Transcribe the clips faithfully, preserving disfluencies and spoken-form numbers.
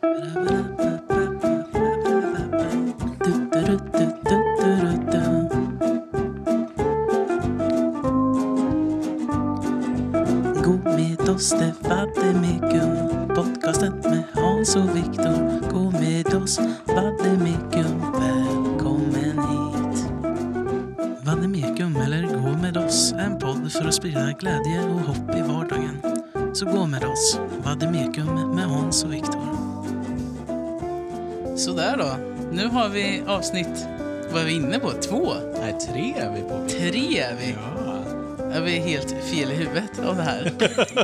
Gå med oss, det Vademecum. Podcasten med Hans och Viktor. Gå med oss, Vademecum. Välkommen hit. Vademecum, eller Gå med oss, är en podd för att sprida glädje och hopp i vardagen. Så gå med oss, Vademecum med Hans och Viktor. Så där då. Nu har vi avsnitt, vad är vi inne på? Två? Nej, tre är vi på. Tre är vi. Ja. Jag är helt fel i huvudet av det här.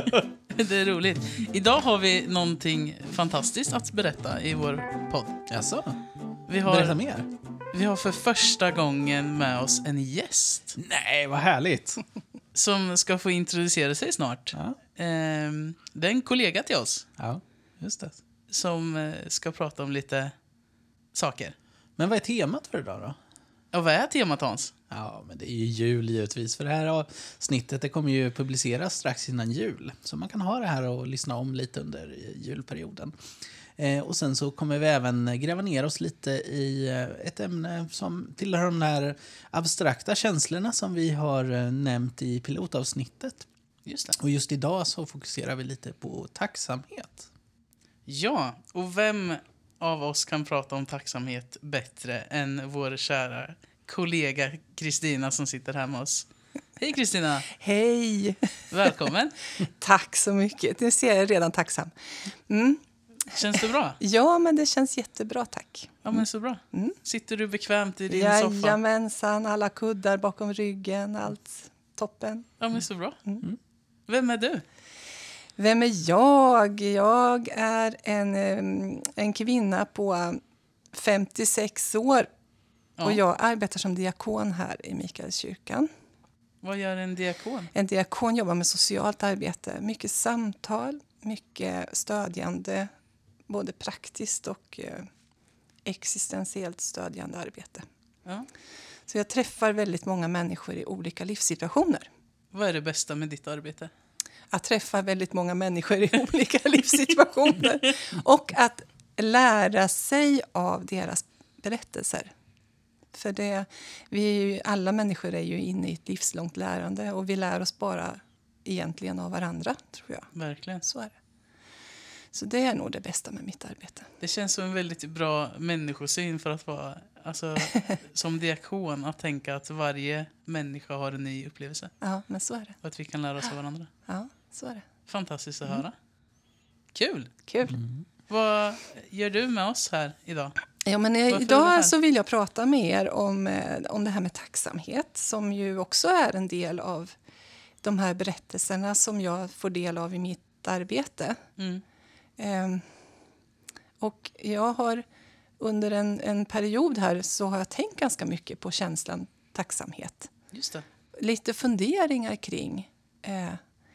Det är roligt. Idag har vi någonting fantastiskt att berätta i vår podd. Jaså? Vi har, Berätta mer. vi har för första gången med oss en gäst. Nej, vad härligt. Som ska få introducera sig snart. Ja, Ehm, Det är en kollega till oss ja, just det. som eh, ska prata om lite saker. Men vad är temat för idag då? Och vad är temat, Hans? Ja, men det är ju jul givetvis. För det här avsnittet det kommer ju publiceras strax innan jul. Så man kan ha det här och lyssna om lite under julperioden. Eh, och sen så kommer vi även gräva ner oss lite i eh, ett ämne som tillhör de där abstrakta känslorna som vi har eh, nämnt i pilotavsnittet. Just det. Och just idag så fokuserar vi lite på tacksamhet. Ja, och vem av oss kan prata om tacksamhet bättre än vår kära kollega Kristina som sitter här med oss. Hej Kristina, Hej! välkommen. Tack så mycket. Nu ser jag redan tacksam. Mm. Känns det bra? Ja, men det känns jättebra, tack. Ja, men så bra. Mm. Sitter du bekvämt i din soffa? Jajamensan, alla kuddar bakom ryggen, allt toppen. Ja, men så bra. Mm. Vem är du? Vem är jag? Jag är en, em, en kvinna på femtiosex år. Ja. Och jag arbetar som diakon här i Mikaelskyrkan. Vad gör en diakon? En diakon jobbar med socialt arbete. Mycket samtal, mycket stödjande, både praktiskt och eh, existentiellt stödjande arbete. Ja. Så jag träffar väldigt många människor i olika livssituationer. Vad är det bästa med ditt arbete? Att träffa väldigt många människor i olika livssituationer. Och att lära sig av deras berättelser. För det, vi är ju, alla människor är ju inne i ett livslångt lärande. Och vi lär oss bara egentligen av varandra, tror jag. Verkligen. Så är det. Så det är nog det bästa med mitt arbete. Det känns som en väldigt bra människosyn för att vara, alltså, som diakon, att tänka att varje människa har en ny upplevelse. Ja, men så är det. Och att vi kan lära oss av varandra. Ja, så är det. Fantastiskt att Mm. höra. Kul! Kul. Vad gör du med oss här idag? Ja, men eh, Varför är du idag här? så vill jag prata med er om, eh, om det här med tacksamhet som ju också är en del av de här berättelserna som jag får del av i mitt arbete. Mm. Eh, och jag har under en, en period här så har jag tänkt ganska mycket på känslan tacksamhet. Just det. Lite funderingar kring, eh,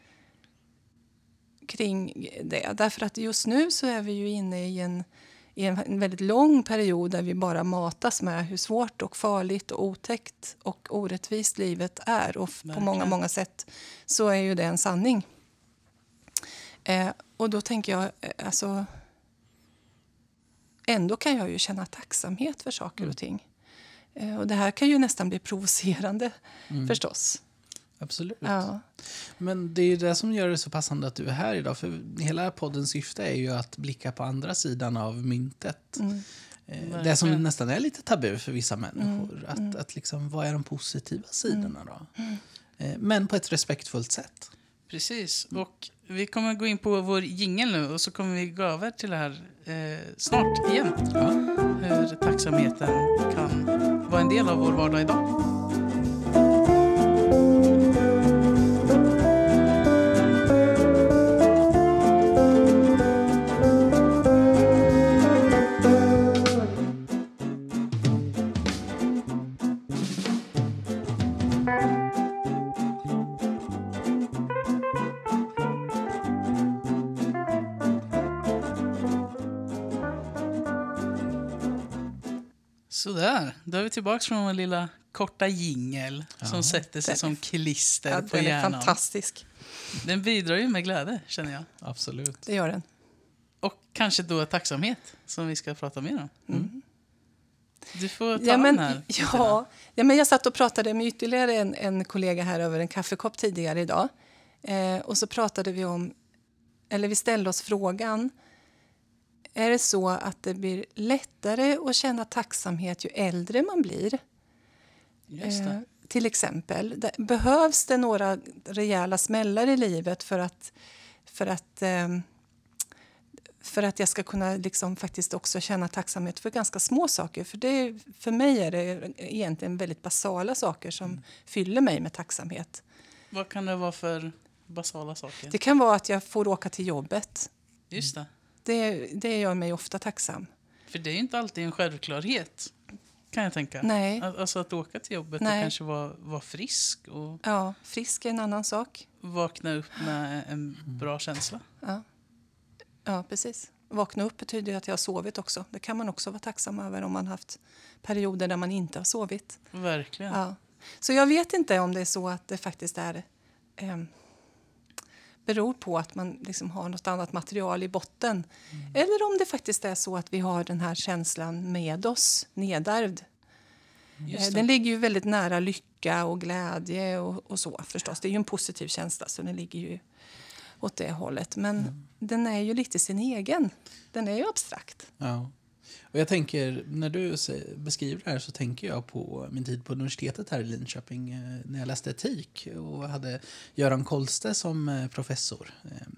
kring det. Därför att just nu så är vi ju inne i en, i en, en väldigt lång period där vi bara matas med hur svårt och farligt och otäckt och orättvist livet är. Och f- på Verkligen. många, många sätt så är ju det en sanning. Eh, och då tänker jag, eh, alltså... Ändå kan jag ju känna tacksamhet för saker Mm. och ting. Eh, och det här kan ju nästan bli provocerande, Mm. förstås. Absolut. Ja. Men det är ju det som gör det så passande att du är här idag. För hela poddens syfte är ju att blicka på andra sidan av myntet. Mm. Eh, Det som nästan är lite tabu för vissa människor. Mm, Att, mm. att liksom, vad är de positiva sidorna då? Eh, Men på ett respektfullt sätt. Precis. Och vi kommer gå in på vår jingle nu och så kommer vi gå över till det här eh, snart igen. Ja. Hur tacksamheten kan vara en del av vår vardag idag. Sådär, då är vi tillbaka från vår lilla korta jingel som Ja. sätter sig Den är- som klister Ja, på den är hjärnan. fantastisk. Den bidrar ju med glädje, känner jag. Absolut. Det gör den. Och kanske då tacksamhet som vi ska prata mer om. Mm. Du får ta Ja, men, den här. ja, ja, men jag satt och pratade med ytterligare en, en kollega här över en kaffekopp tidigare idag. Eh, och så pratade vi om, eller vi ställde oss frågan, är det så att det blir lättare att känna tacksamhet ju äldre man blir? Just det. Eh, till exempel, det, behövs det några rejäla smällar i livet för att, för att, eh, för att jag ska kunna liksom faktiskt också känna tacksamhet för ganska små saker? För, det, för mig är det egentligen väldigt basala saker som mm. fyller mig med tacksamhet. Vad kan det vara för basala saker? Det kan vara att jag får åka till jobbet. Just det. Det, det gör mig ofta tacksam. För det är inte alltid en självklarhet, kan jag tänka. Nej. Alltså att åka till jobbet Nej. och kanske vara, vara frisk. Och ja, frisk är en annan sak. Vakna upp med en bra känsla. Ja, ja precis. Vakna upp betyder ju att jag har sovit också. Det kan man också vara tacksam över om man haft perioder där man inte har sovit. Verkligen. Ja. Så jag vet inte om det är så att det faktiskt är... Eh, beror på att man liksom har något annat material i botten. Mm. Eller om det faktiskt är så att vi har den här känslan med oss, nedärvd. Den ligger ju väldigt nära lycka och glädje och, och så förstås. Det är ju en positiv känsla så den ligger ju åt det hållet. Men mm. den är ju lite sin egen. Den är ju abstrakt. Ja. Och jag tänker, när du beskriver det här så tänker jag på min tid på universitetet här i Linköping när jag läste etik och hade Göran Kolste som professor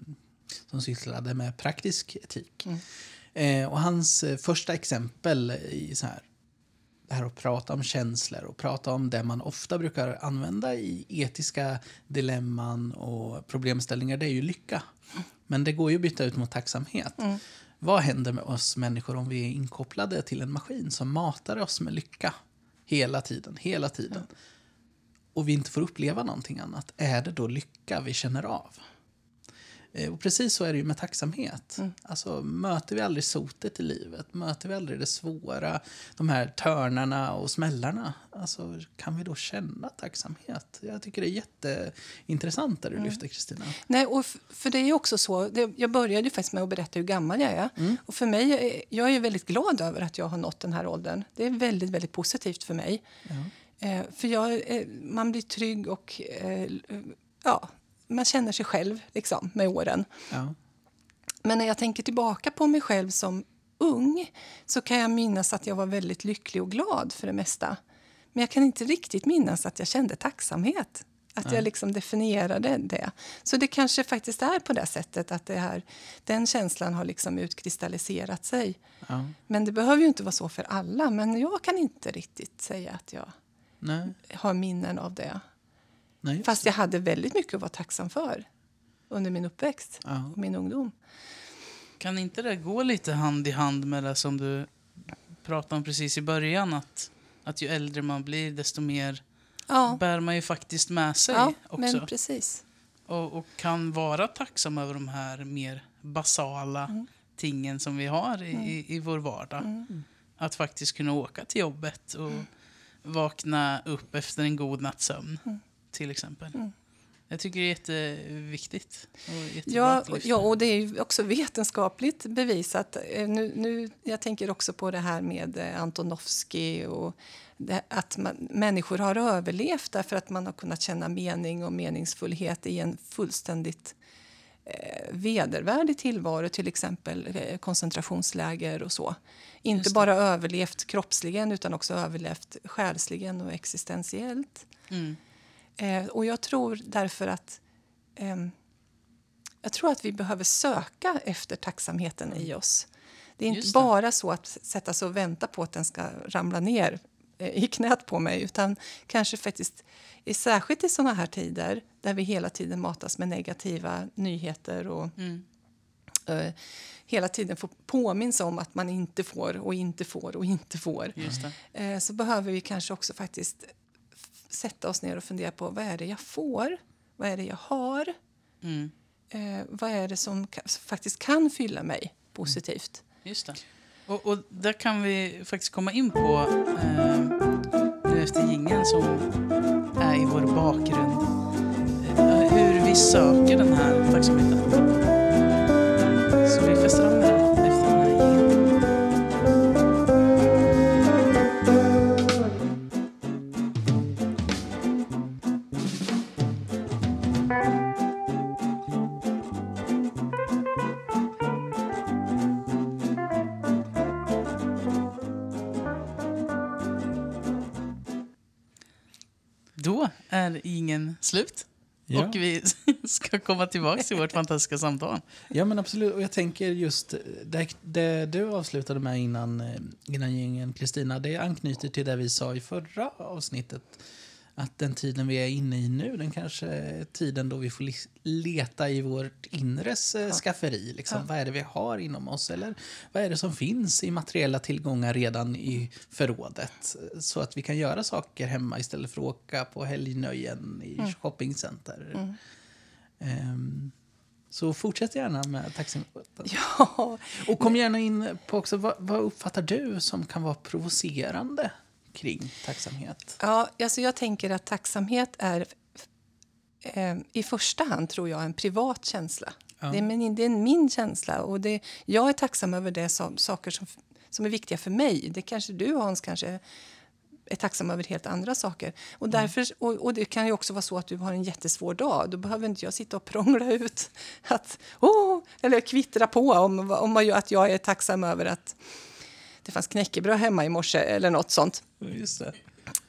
som sysslade med praktisk etik. Mm. Och hans första exempel i så här, det här att prata om känslor och prata om det man ofta brukar använda i etiska dilemman och problemställningar, det är ju lycka. Men det går ju att byta ut mot tacksamhet. Mm. Vad händer med oss människor om vi är inkopplade till en maskin som matar oss med lycka hela tiden, hela tiden? Ja. Och vi inte får uppleva någonting annat. Är det då lycka vi känner av? Och precis så är det ju med tacksamhet. Mm. Alltså, möter vi aldrig sotet i livet, möter vi aldrig det svåra, de här törnarna och smällarna, alltså, kan vi då känna tacksamhet? Jag tycker det är jätteintressant det du mm. lyfter, Kristina. Nej, och f- för det är ju också så, det, jag började ju faktiskt med att berätta hur gammal jag är. Mm. Och för mig, jag är väldigt glad över att jag har nått den här åldern. Det är väldigt, väldigt positivt för mig. Mm. Eh, för jag, eh, man blir trygg och eh, ja... man känner sig själv liksom, med åren. Ja. Men när jag tänker tillbaka på mig själv som ung så kan jag minnas att jag var väldigt lycklig och glad för det mesta. Men jag kan inte riktigt minnas att jag kände tacksamhet. Att ja. jag liksom definierade det. Så det kanske faktiskt är på det sättet att det här, den känslan har liksom utkristalliserat sig. Ja. Men det behöver ju inte vara så för alla. Men jag kan inte riktigt säga att jag Nej. har minnen av det. Nej, fast jag hade väldigt mycket att vara tacksam för under min uppväxt ja. och min ungdom. Kan inte det gå lite hand i hand med det som du pratade om precis i början? Att, att ju äldre man blir desto mer ja. bär man ju faktiskt med sig ja, också. Men precis. Och, och kan vara tacksam över de här mer basala mm. tingen som vi har i, mm. i, i vår vardag. Mm. Att faktiskt kunna åka till jobbet och mm. vakna upp efter en god nattsömn. Mm. Till exempel. Mm. Jag tycker det är jätteviktigt. Och ja, ja, och det är ju också vetenskapligt bevisat. Nu, nu, jag tänker också på det här med Antonovsky och det, att man, människor har överlevt därför att man har kunnat känna mening och meningsfullhet i en fullständigt eh, vedervärdig tillvaro, till exempel eh, koncentrationsläger och så. Inte bara överlevt kroppsligen utan också överlevt själsligen och existentiellt. Mm. Eh, och jag tror därför att eh, jag tror att vi behöver söka efter tacksamheten mm. i oss. Det är inte det. bara så att sätta sig och vänta på att den ska ramla ner eh, i knät på mig, utan kanske faktiskt särskilt i såna här tider där vi hela tiden matas med negativa nyheter och mm. eh, hela tiden får påminns om att man inte får och inte får och inte får. Just det. Eh, så behöver vi kanske också faktiskt sätta oss ner och fundera på vad är det jag får? Vad är det jag har? Mm. Eh, vad är det som ka- faktiskt kan fylla mig positivt? Just det. Och, och där kan vi faktiskt komma in på eh, nu efter jingeln som är i vår bakgrund. Eh, hur vi söker den här tacksamheten. Så vi fäster an med det. är ingen slut. Ja. Och vi ska komma tillbaka till vårt fantastiska samtal. Ja, men absolut. Och jag tänker just det, det du avslutade med innan, innan gängen, Kristina, det anknyter till det vi sa i förra avsnittet. Att den tiden vi är inne i nu, den kanske är tiden då vi får leta i vårt inres ja. skafferi. Liksom. Ja. Vad är det vi har inom oss? Eller vad är det som finns i materiella tillgångar redan i förrådet? Så att vi kan göra saker hemma istället för att åka på helgnöjen i mm. shoppingcenter. Mm. Um, så fortsätt gärna med tacksamheten. Ja. Och kom gärna in på också, vad, vad uppfattar du som kan vara provocerande kring tacksamhet? Ja, alltså jag tänker att tacksamhet är eh, i första hand, tror jag, en privat känsla. Ja. Det, är min, det är min känsla. Och det, jag är tacksam över det som, saker som, som är viktiga för mig. Det kanske du, Hans, kanske är tacksam över helt andra saker. Och, därför, mm. och, och det kan ju också vara så att du har en jättesvår dag. Då behöver inte jag sitta och prångla ut att, oh, eller kvittra på om, om att jag är tacksam över att det fanns knäckebröd hemma i morse eller något sånt. Just det.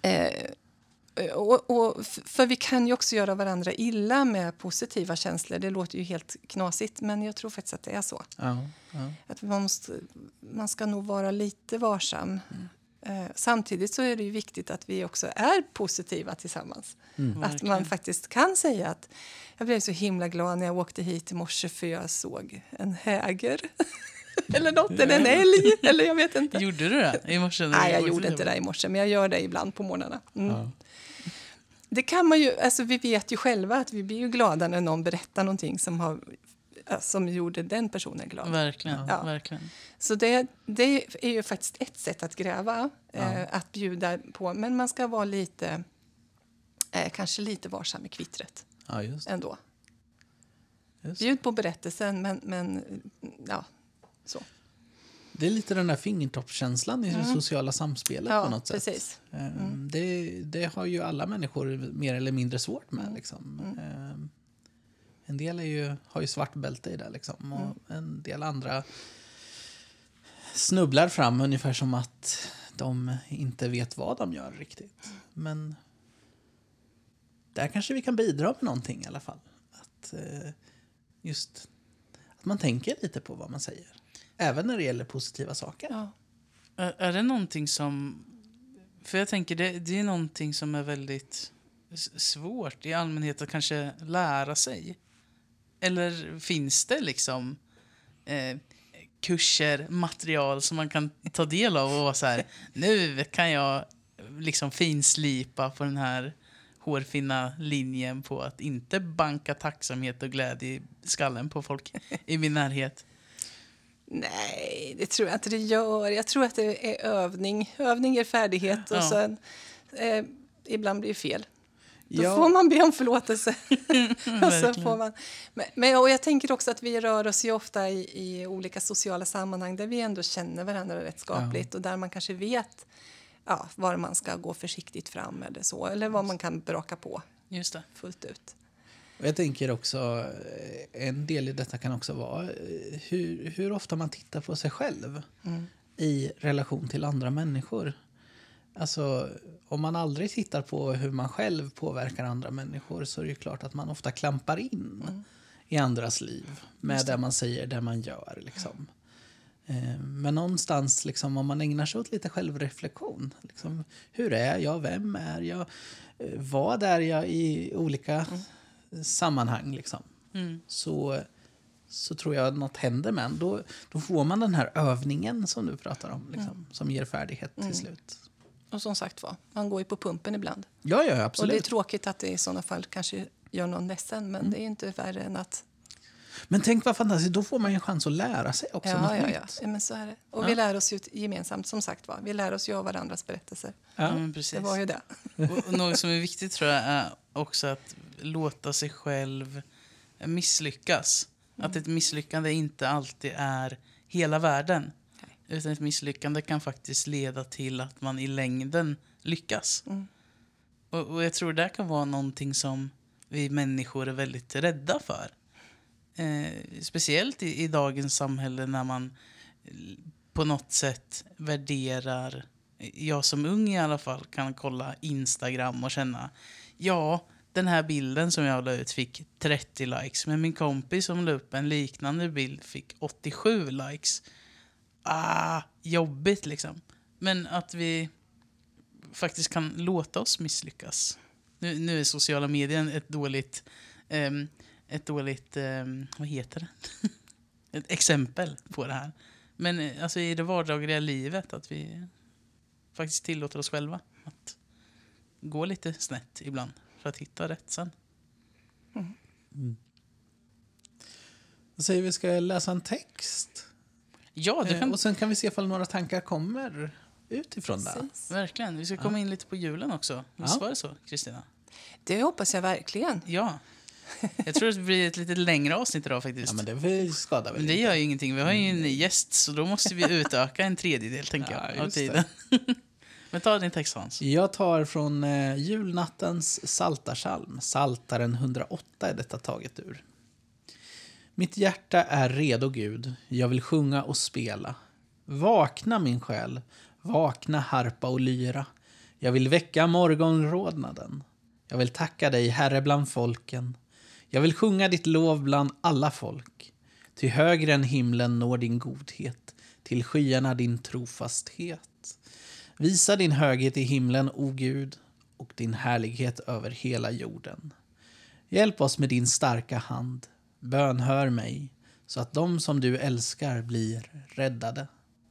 Eh, och, och, för vi kan ju också göra varandra illa med positiva känslor. Det låter ju helt knasigt, men jag tror faktiskt att det är så. Ja, ja. Att man, måste, man ska nog vara lite varsam. Mm. Eh, samtidigt så är det ju viktigt att vi också är positiva tillsammans. Mm. Att man faktiskt kan säga att jag blev så himla glad när jag åkte hit i morse för jag såg en häger. Eller något, eller en älg, eller jag vet inte. Gjorde du det i morse? Nej, jag gjorde inte det i morse, men jag gör det ibland på morgnarna. Mm. Ja. Det kan man ju, alltså vi vet ju själva att vi blir ju glada när någon berättar någonting som, har, som gjorde den personen glad. Verkligen, ja. verkligen. Så det, det är ju faktiskt ett sätt att gräva, ja. eh, att bjuda på, men man ska vara lite, eh, kanske lite varsam i kvittret. Ja, just det. Ändå. Just. Bjud på berättelsen, men, men ja. Så. Det är lite den där fingertoppskänslan i mm. det sociala samspelet ja, på något sätt. Precis. Mm. Det, det har ju alla människor mer eller mindre svårt med. Liksom. Mm. En del är ju, har ju svart bälte i det liksom, och mm. en del andra snubblar fram ungefär som att de inte vet vad de gör riktigt. Men där kanske vi kan bidra med någonting i alla fall. Att just att man tänker lite på vad man säger. Även när det gäller positiva saker. Ja. Är, är det någonting som... För jag tänker, det, det är någonting som är väldigt svårt i allmänhet att kanske lära sig. Eller finns det liksom eh, kurser, material som man kan ta del av och vara så här, nu kan jag liksom finslipa på den här hårfina linjen på att inte banka tacksamhet och glädje i skallen på folk i min närhet? Nej, det tror jag inte det gör. Jag tror att det är övning. Övning är färdighet och ja. sen eh, ibland blir det fel. Då ja. får man be om förlåtelse. och så får man, men, men, och jag tänker också att vi rör oss ju ofta i, i olika sociala sammanhang där vi ändå känner varandra rätt skapligt ja. och där man kanske vet ja, var man ska gå försiktigt fram eller så. Eller vad man kan braka på. Just det. Fullt ut. Och jag tänker också, en del i detta kan också vara hur, hur ofta man tittar på sig själv mm. i relation till andra människor. Alltså, om man aldrig tittar på hur man själv påverkar andra människor så är det ju klart att man ofta klampar in mm. i andras liv med det. det man säger, det man gör. Liksom. Mm. Men någonstans, liksom, om man ägnar sig åt lite självreflektion. Liksom, hur är jag? Vem är jag? Vad är jag i olika... Mm. sammanhang liksom. Mm. Så, så tror jag att något händer med en. Då, då får man den här övningen som du pratar om liksom, mm. som ger färdighet till mm. slut. Och som sagt var, man går ju på pumpen ibland. Ja, ja, absolut. Och det är tråkigt att det i sådana fall kanske gör någon ledsen, men mm. det är inte värre än att... Men tänk vad fantastiskt, då får man ju en chans att lära sig också ja, något ja, nytt. Ja, ja, men så är det. Och ja. vi lär oss ju gemensamt, som sagt var. Vi lär oss ju av varandras berättelser. Ja, men precis. Det var ju det. Och, och något som är viktigt tror jag är också att låta sig själv misslyckas. Mm. Att ett misslyckande inte alltid är hela världen. Nej. Utan ett misslyckande kan faktiskt leda till att man i längden lyckas. Mm. Och, och jag tror det kan vara någonting som vi människor är väldigt rädda för. Eh, speciellt i, i dagens samhälle när man på något sätt värderar, jag som ung i alla fall kan kolla Instagram och känna, ja, den här bilden som jag la ut fick trettio likes. Men min kompis som la upp en liknande bild fick åttiosju likes. Ah, jobbigt liksom. Men att vi faktiskt kan låta oss misslyckas. Nu, nu är sociala medier ett dåligt... Um, ett dåligt... Um, vad heter det? Ett exempel på det här. Men alltså i det vardagliga livet att vi faktiskt tillåter oss själva att gå lite snett ibland för att hitta rätt sen. Mm. Mm. Jag säger vi ska läsa en text. Ja, du kan... eh, och sen kan vi se ifall några tankar kommer utifrån det. Verkligen. Vi ska komma ja. in lite på julen också. Visst ja. var det så, Kristina? Det hoppas jag verkligen. Ja. Jag tror att det blir ett lite längre avsnitt idag faktiskt. Ja, men det vill skada väl. Men det gör ju ingenting. Vi har ju en gäst så då måste vi utöka en tredjedel tänker ja, jag av tiden. Men ta din text, Hans. Jag tar från eh, julnattens Psaltarpsalm. Psaltaren hundraåtta är detta taget ur. Mitt hjärta är redo, Gud. Jag vill sjunga och spela. Vakna, min själ. Vakna, harpa och lyra. Jag vill väcka morgonrodnaden. Jag vill tacka dig, Herre, bland folken. Jag vill sjunga ditt lov bland alla folk. Till högre än himlen når din godhet. Till skyarna din trofasthet. Visa din höghet i himlen, o Gud, och din härlighet över hela jorden. Hjälp oss med din starka hand. Bönhör mig, så att de som du älskar blir räddade.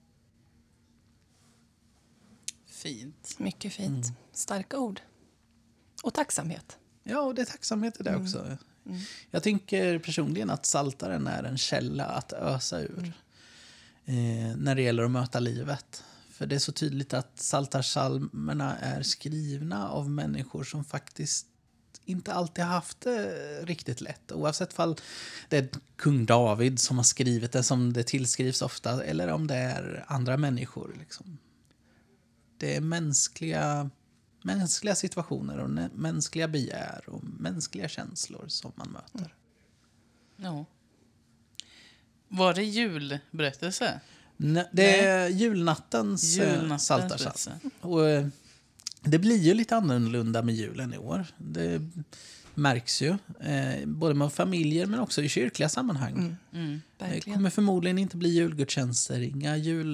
Fint. Mycket fint. Mm. Starka ord. Och tacksamhet. Ja, och det är tacksamhet i det mm. också. Mm. Jag tänker personligen att Psaltaren är en källa att ösa ur. Mm. Eh, när det gäller att möta livet. För det är så tydligt att Psaltarpsalmerna är skrivna av människor som faktiskt inte alltid har haft det riktigt lätt. Oavsett fall det är kung David som har skrivit det, som det tillskrivs ofta, eller om det är andra människor. Liksom. Det är mänskliga, mänskliga situationer och mänskliga begär och mänskliga känslor som man möter. Ja. Var det julberättelse? Nej, det är julnattens, julnattens Psaltarpsalm. Och det blir ju lite annorlunda med julen i år. Det märks ju. Eh, både med familjer men också i kyrkliga sammanhang. Mm. Mm, det kommer förmodligen inte bli julgudstjänster. Inga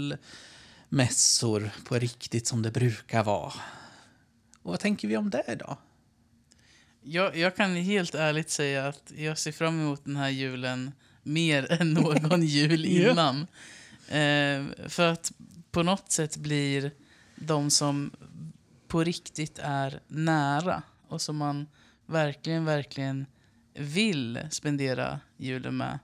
julmässor på riktigt som det brukar vara. Och vad tänker vi om det idag? Jag, jag kan helt ärligt säga att jag ser fram emot den här julen mer än någon jul innan. Eh, för att på något sätt blir de som på riktigt är nära och som man verkligen, verkligen vill spendera julen med,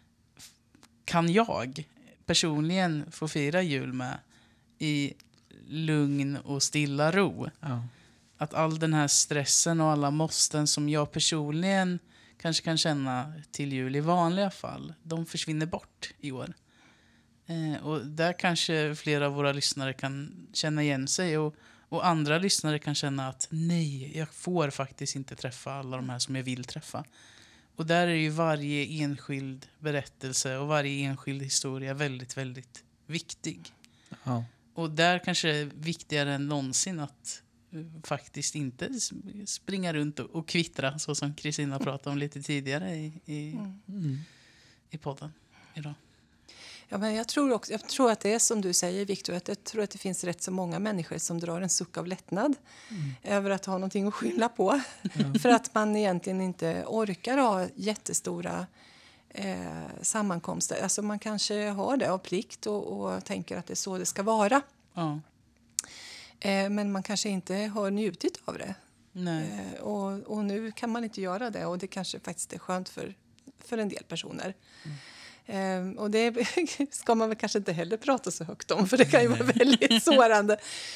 kan jag personligen få fira jul med i lugn och stilla ro. Ja. Att all den här stressen och alla måsten som jag personligen kanske kan känna till jul i vanliga fall, de försvinner bort i år. Eh, och där kanske flera av våra lyssnare kan känna igen sig och Och andra lyssnare kan känna att nej, jag får faktiskt inte träffa alla de här som jag vill träffa. Och där är ju varje enskild berättelse och varje enskild historia väldigt, väldigt viktig. Ja. Och där kanske det är viktigare än någonsin att faktiskt inte springa runt och kvittra så som Kristina pratade om lite tidigare i, i, mm. i podden idag. Ja, men jag tror också, jag tror att det är som du säger, Victor, att jag tror att det finns rätt så många människor som drar en suck av lättnad mm. över att ha någonting att skylla på. Mm. För att man egentligen inte orkar ha jättestora eh, sammankomster. Alltså man kanske har det av plikt och, och tänker att det är så det ska vara. Mm. Eh, men man kanske inte har njutit av det. Nej. Eh, och, och nu kan man inte göra det, och det kanske faktiskt är skönt för, för en del personer. Mm. Um, och det ska man väl kanske inte heller prata så högt om, för det kan ju vara väldigt sårande.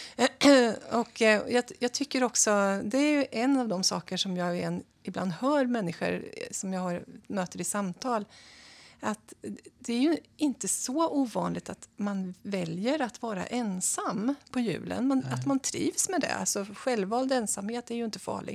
Och uh, jag, jag tycker också, det är ju en av de saker som jag en, ibland hör människor som jag har, möter i samtal, att det är ju inte så ovanligt att man väljer att vara ensam på julen, man, att man trivs med det. Alltså självvald ensamhet är ju inte farlig,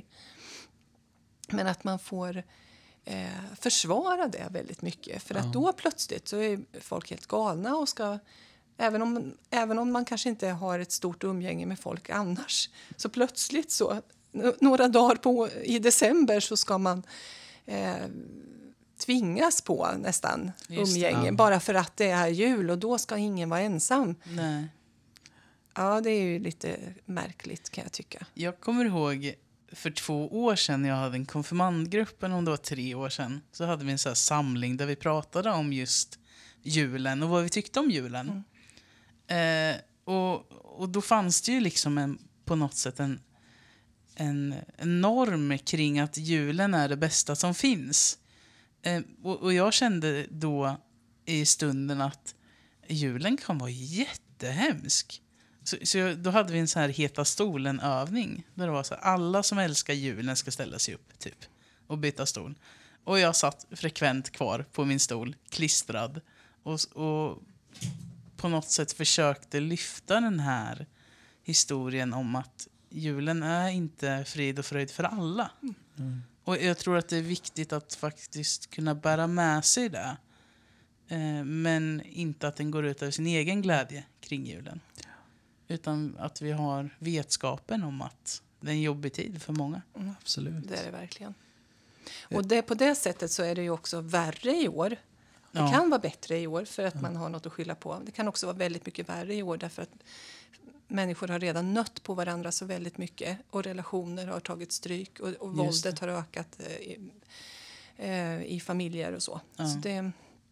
men att man får Eh, försvara det väldigt mycket. För ja. att då plötsligt så är folk helt galna och ska, även om, även om man kanske inte har ett stort umgänge med folk annars, så plötsligt så några dagar på, i december så ska man eh, tvingas på nästan Just det, umgänge ja. bara för att det är jul och då ska ingen vara ensam. Nej. Ja, det är ju lite märkligt kan jag tycka. Jag kommer ihåg för två år sedan när jag hade en konfirmandgrupp, eller om det var tre år sedan, så hade vi en sån här samling där vi pratade om just julen och vad vi tyckte om julen. Mm. Eh, och, och då fanns det ju liksom en, på något sätt en, en, en norm kring att julen är det bästa som finns. Eh, och, och jag kände då i stunden att julen kan vara jättehemsk. Så, så då hade vi en så här heta stolen-övning. Där det var så här, alla som älskar julen ska ställa sig upp typ, och byta stol. Och jag satt frekvent kvar på min stol, klistrad. Och, och på något sätt försökte lyfta den här historien om att julen är inte frid och fröjd för alla. Mm. Och jag tror att det är viktigt att faktiskt kunna bära med sig det. Eh, men inte att den går ut över sin egen glädje kring julen. Utan att vi har vetskapen om att det är en jobbig tid för många. Mm. Absolut. Det är det verkligen. Och det, på det sättet så är det ju också värre i år. Det Ja. kan vara bättre i år för att man har något att skylla på. Det kan också vara väldigt mycket värre i år därför att människor har redan nött på varandra så väldigt mycket. Och relationer har tagit stryk och, och våldet har ökat eh, i, eh, i familjer och så. Ja. Så det,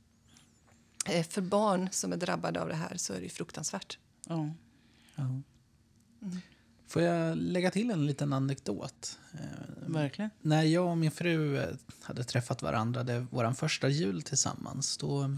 eh, för barn som är drabbade av det här så är det fruktansvärt. Ja. Ja. Mm. Får jag lägga till en liten anekdot? Verkligen. När jag och min fru hade träffat varandra, det var vår första jul tillsammans, då,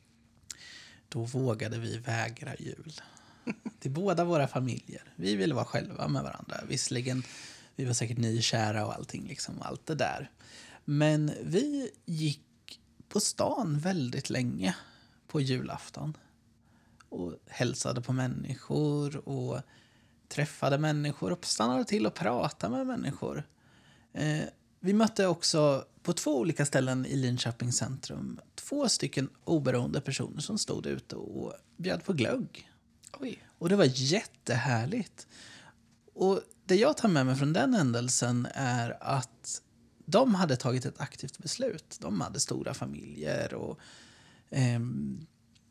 då vågade vi vägra jul. Till båda våra familjer. Vi ville vara själva med varandra. Visserligen, vi var säkert nykära och allting, liksom, allt det där. Men vi gick på stan väldigt länge på julafton. Och hälsade på människor och träffade människor och stannade till och pratade med människor. Eh, vi mötte också på två olika ställen i Linköping centrum två stycken oberoende personer som stod ute och bjöd på glögg. Oj. Och det var jättehärligt. Och det jag tar med mig från den händelsen är att de hade tagit ett aktivt beslut. De hade stora familjer och, ehm,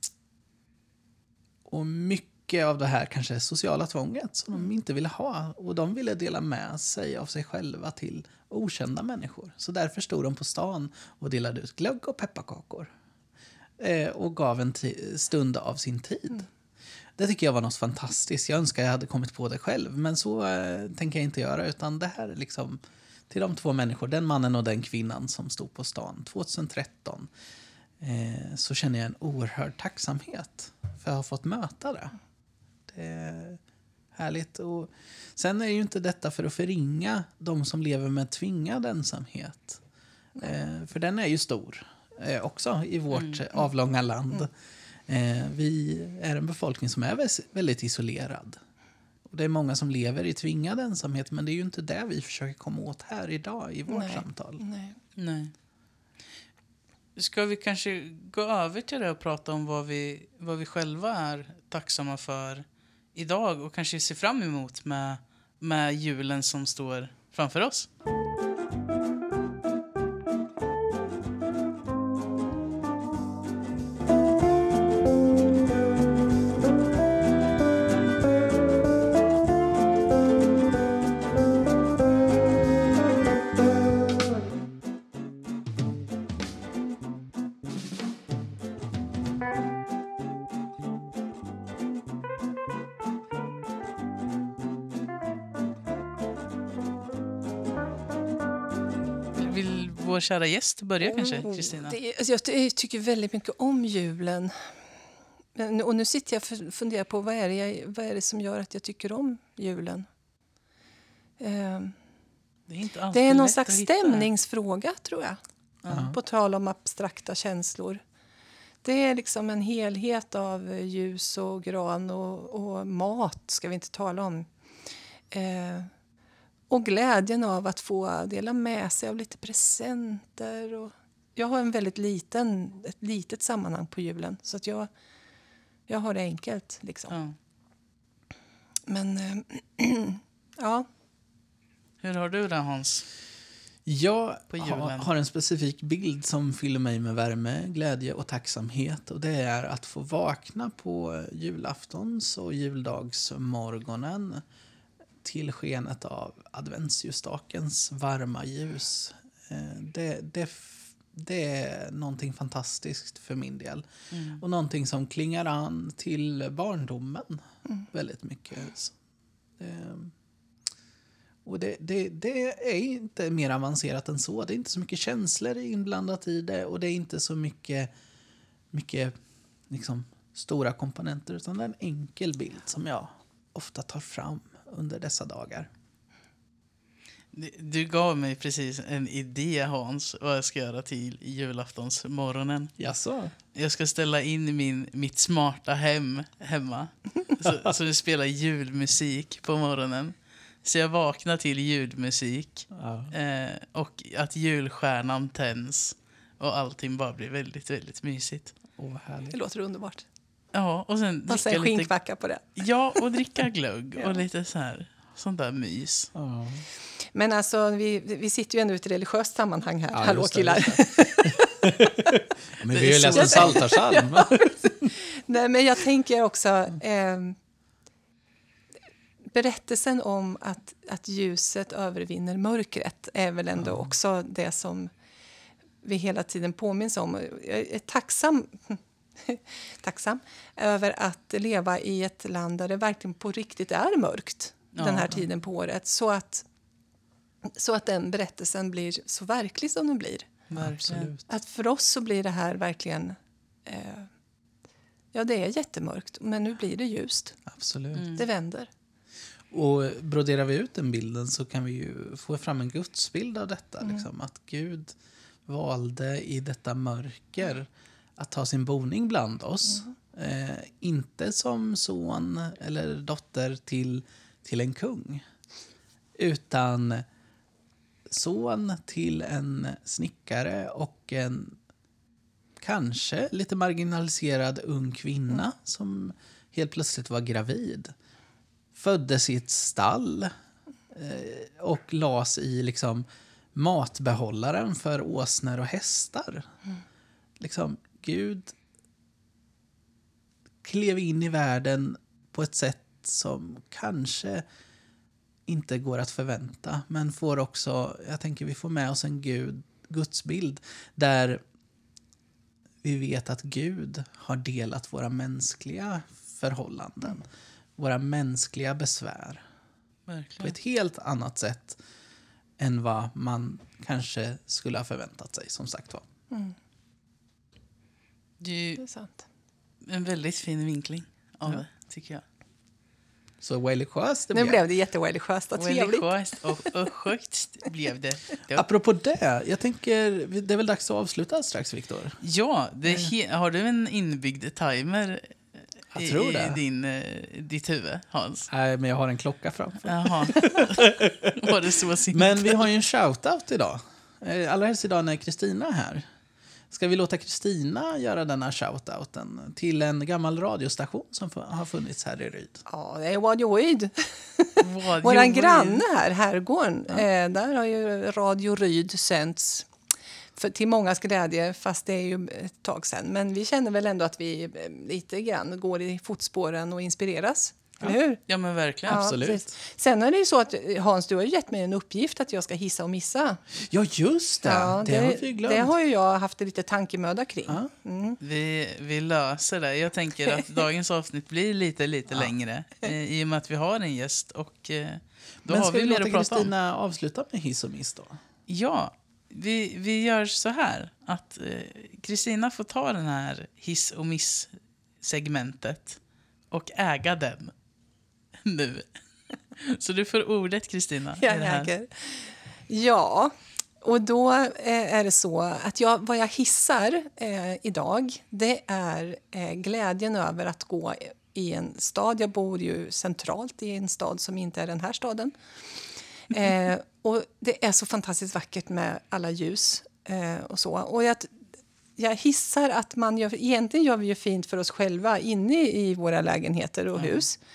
och mycket av det här kanske sociala tvånget som de inte ville ha. Och de ville dela med sig av sig själva till okända människor. Så därför stod de på stan och delade ut glögg och pepparkakor. Eh, och gav en t- stund av sin tid. Mm. Det tycker jag var något fantastiskt. Jag önskar jag hade kommit på det själv. Men så eh, tänker jag inte göra. Utan det här är liksom till de två människor, den mannen och den kvinnan som stod på stan tjugohundratretton. Eh, så känner jag en oerhörd tacksamhet för att ha fått möta det. Det är härligt. Och sen är ju inte detta för att förringa de som lever med tvingad ensamhet. Eh, för den är ju stor eh, också i vårt mm. avlånga land. Mm. Eh, vi är en befolkning som är väldigt isolerad. Och det är många som lever i tvingad ensamhet, men det är ju inte det vi försöker komma åt här idag i vårt Nej. samtal. Nej. Nej. Ska vi kanske gå över till det och prata om vad vi, vad vi själva är tacksamma för idag och kanske se fram emot med, med julen som står framför oss? Vill vår kära gäst börja kanske, Kristina? Det, alltså jag, jag tycker väldigt mycket om julen. Men, och nu sitter jag och funderar på vad är, det jag, vad är det som gör att jag tycker om julen. Eh, Det är, inte det är någon lätt slags att hitta. stämningsfråga, tror jag. Uh-huh. På tal om abstrakta känslor. Det är liksom en helhet av ljus och gran och, och mat, ska vi inte tala om. Eh, och glädjen av att få dela med sig av lite presenter. Och jag har en väldigt liten, ett litet sammanhang på julen. Så att jag, jag har det enkelt. Liksom. Ja. Men, äh, ja. Hur har du det, Hans? Jag På har, julen. har en specifik bild som fyller mig med värme, glädje och tacksamhet. Och det är att få vakna på julaftons och juldagsmorgonen till skenet av adventsljusstakens varma ljus. Eh, Det, det, det är någonting fantastiskt för min del. Mm. Och någonting som klingar an till barndomen väldigt mycket. Så det, och det, det, det är inte mer avancerat än så. Det är inte så mycket känslor inblandat i det. Och det är inte så mycket, mycket liksom, stora komponenter. Utan det är en enkel bild som jag ofta tar fram under dessa dagar. Du, du gav mig precis en idé, Hans, vad jag ska göra till julaftonsmorgonen. Jaså? Jag ska ställa in min, mitt smarta hem hemma. Så, så det spelar julmusik på morgonen. Så jag vaknar till julmusik. Ja. Eh, och att julstjärnan tänds. Och allting bara blir väldigt, väldigt mysigt. Åh, vad härligt. Det låter underbart. Ja, och sen Passa dricka en lite... skinkvacka på det. Ja, och dricka glögg. Ja. Och lite så här, sånt där mys. Ja. Men alltså, vi, vi sitter ju ändå i ett religiöst sammanhang här. Ja, Hallå just det, killar. just Men vi har ju läst en psaltarpsalm. Nej, men jag tänker också... Eh, berättelsen om att, att ljuset övervinner mörkret är väl ändå Ja. också det som vi hela tiden påminns om. Jag är tacksam, tacksam över att leva i ett land där det verkligen på riktigt är mörkt Ja. den här tiden på året. Så att, så att den berättelsen blir så verklig som den blir. Absolut. Att för oss så blir det här verkligen... Eh, ja, det är jättemörkt, men nu blir det ljust. Absolut. Mm. Det vänder. Och broderar vi ut den bilden så kan vi ju få fram en gudsbild av detta. Mm. Liksom, att Gud valde i detta mörker att ta sin boning bland oss. Mm. Eh, inte som son eller dotter till, till en kung. Utan son till en snickare och en kanske lite marginaliserad ung kvinna som helt plötsligt var gravid. Föddes i ett stall eh, och las i liksom matbehållaren för åsnor och hästar. Mm. Liksom, Gud klev in i världen på ett sätt som kanske inte går att förvänta. Men får också, jag tänker vi får med oss en Gud, gudsbild där vi vet att Gud har delat våra mänskliga förhållanden. Våra mänskliga besvär. På Verkligen. ett helt annat sätt än vad man kanske skulle ha förväntat sig, som sagt var. Mm, Det är det ju är sant. en väldigt fin vinkling av Ja. det, tycker jag. Så religiöst det Nu blev. blev det jättereligiöst och trevligt. Religiöst och, och sjukt blev det. det var, Apropå det, jag tänker, det är väl dags att avsluta strax, Viktor? ja, det är he, har du en inbyggd timer Jag i, tror det. i din, eh, ditt huvud, Hans? Nej, men jag har en klocka framför. Jaha. Var det så simpelt? Men vi har ju en shoutout idag. Eh, Allra helst idag när Kristina är här. Ska vi låta Kristina göra denna shoutouten till en gammal radiostation som f- har funnits här i Ryd? Ja, det är Radioid. Vad Våran gjorde granne här, Herrgården, eh, där har ju Radio Ryd sänts för, till mångas glädje, fast det är ju ett tag sedan. Men vi känner väl ändå att vi eh, lite grann går i fotspåren och inspireras. Eller hur? Ja, men verkligen. Absolut. precis. Sen är det ju så att Hans, du har ju gett mig en uppgift att jag ska hissa och missa. Ja, just det. Ja, det, har vi glömt. det har ju jag haft lite tankemöda kring. Ja. Mm. Vi, vi löser det. Jag tänker att dagens avsnitt blir lite, lite Ja. längre. Eh, I och med att vi har en gäst. Och eh, då Men har ska vi vi mer låta att prata om. Kristina avsluta med hiss och miss då? Ja, vi, vi gör så här. Att Kristina får ta den här hiss och miss-segmentet och äga den nu. Så du får ordet, Kristina. i Jag det här. äger. Ja, och då eh, är det så att jag, vad jag hissar eh, idag, det är eh, glädjen över att gå i en stad. Jag bor ju centralt i en stad som inte är den här staden. Eh, och det är så fantastiskt vackert med alla ljus eh, och så. Och jag, jag hissar att man gör, egentligen gör vi ju fint för oss själva inne i våra lägenheter och hus.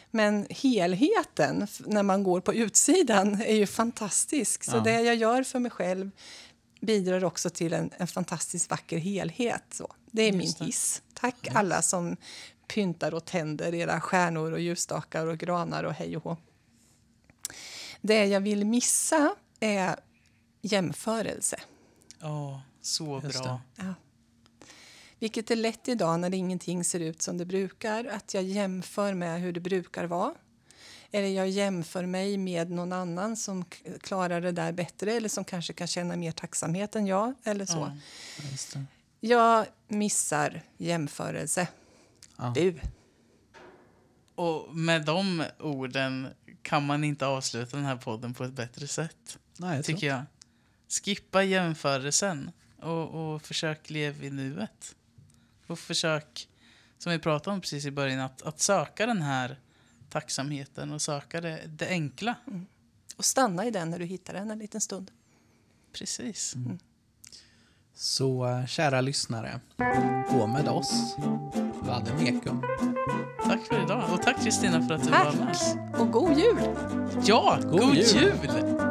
Men helheten f- när man går på utsidan är ju fantastisk. Så Ja. det jag gör för mig själv bidrar också till en, en fantastiskt vacker helhet. Så. Det är min Just det. hiss. Tack alla som pyntar och tänder era stjärnor och ljusstakar och granar och hej och hå. Det jag vill missa är jämförelse. Ja, så Just bra. Ja. Vilket är lätt idag när ingenting ser ut som det brukar. Att jag jämför med hur det brukar vara. Eller jag jämför mig med någon annan som k- klarar det där bättre. Eller som kanske kan känna mer tacksamhet än jag. Eller så. Ja. Just det. Jag missar jämförelse. Ja. Du. Och med de orden kan man inte avsluta den här podden på ett bättre sätt, Nej, jag tror tycker jag. Skippa jämförelsen och, och försök leva i nuet. Och försök, som vi pratade om precis i början, att, att söka den här tacksamheten och söka det, det enkla. Och stanna i den när du hittar den en liten stund. Precis. Så äh, kära lyssnare, gå med oss. Vademekum. Tack för idag. Och tack Kristina för att du Tack. var med oss. Och god jul! Ja, god, God jul. jul!